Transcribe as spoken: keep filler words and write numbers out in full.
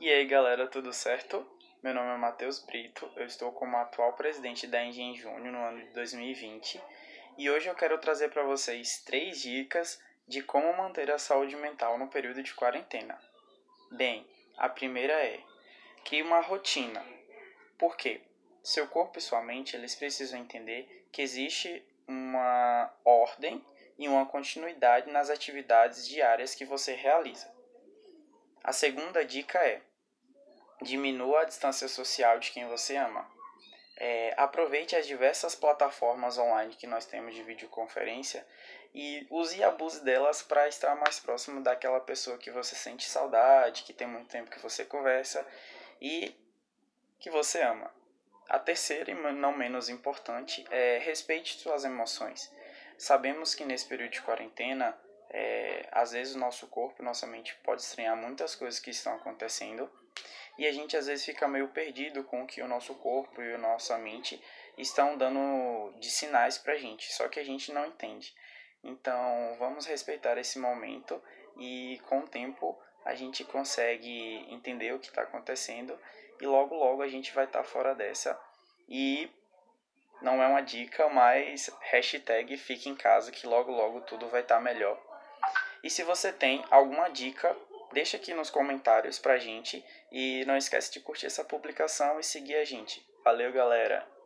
E aí galera, tudo certo? Meu nome é Matheus Brito, eu estou como atual presidente da Engen Júnior no ano de dois mil e vinte e hoje eu quero trazer para vocês três dicas de como manter a saúde mental no período de quarentena. Bem, a primeira é: crie uma rotina. Por quê? Seu corpo e sua mente eles precisam entender que existe uma ordem e uma continuidade nas atividades diárias que você realiza. A segunda dica é: diminua a distância social de quem você ama. É, aproveite as diversas plataformas online que nós temos de videoconferência e use e abuse delas para estar mais próximo daquela pessoa que você sente saudade, que tem muito tempo que você conversa e que você ama. A terceira, e não menos importante, é respeite suas emoções. Sabemos que nesse período de quarentena, é, às vezes o nosso corpo, nossa mente pode estranhar muitas coisas que estão acontecendo e a gente às vezes fica meio perdido com o que o nosso corpo e a nossa mente estão dando de sinais pra gente, só que a gente não entende. Então vamos respeitar esse momento e com o tempo a gente consegue entender o que está acontecendo e logo logo a gente vai estar tá fora dessa. E não é uma dica, mas hashtag fique em casa que logo logo tudo vai estar tá melhor. E se você tem alguma dica, deixa aqui nos comentários pra gente e não esquece de curtir essa publicação e seguir a gente. Valeu, galera!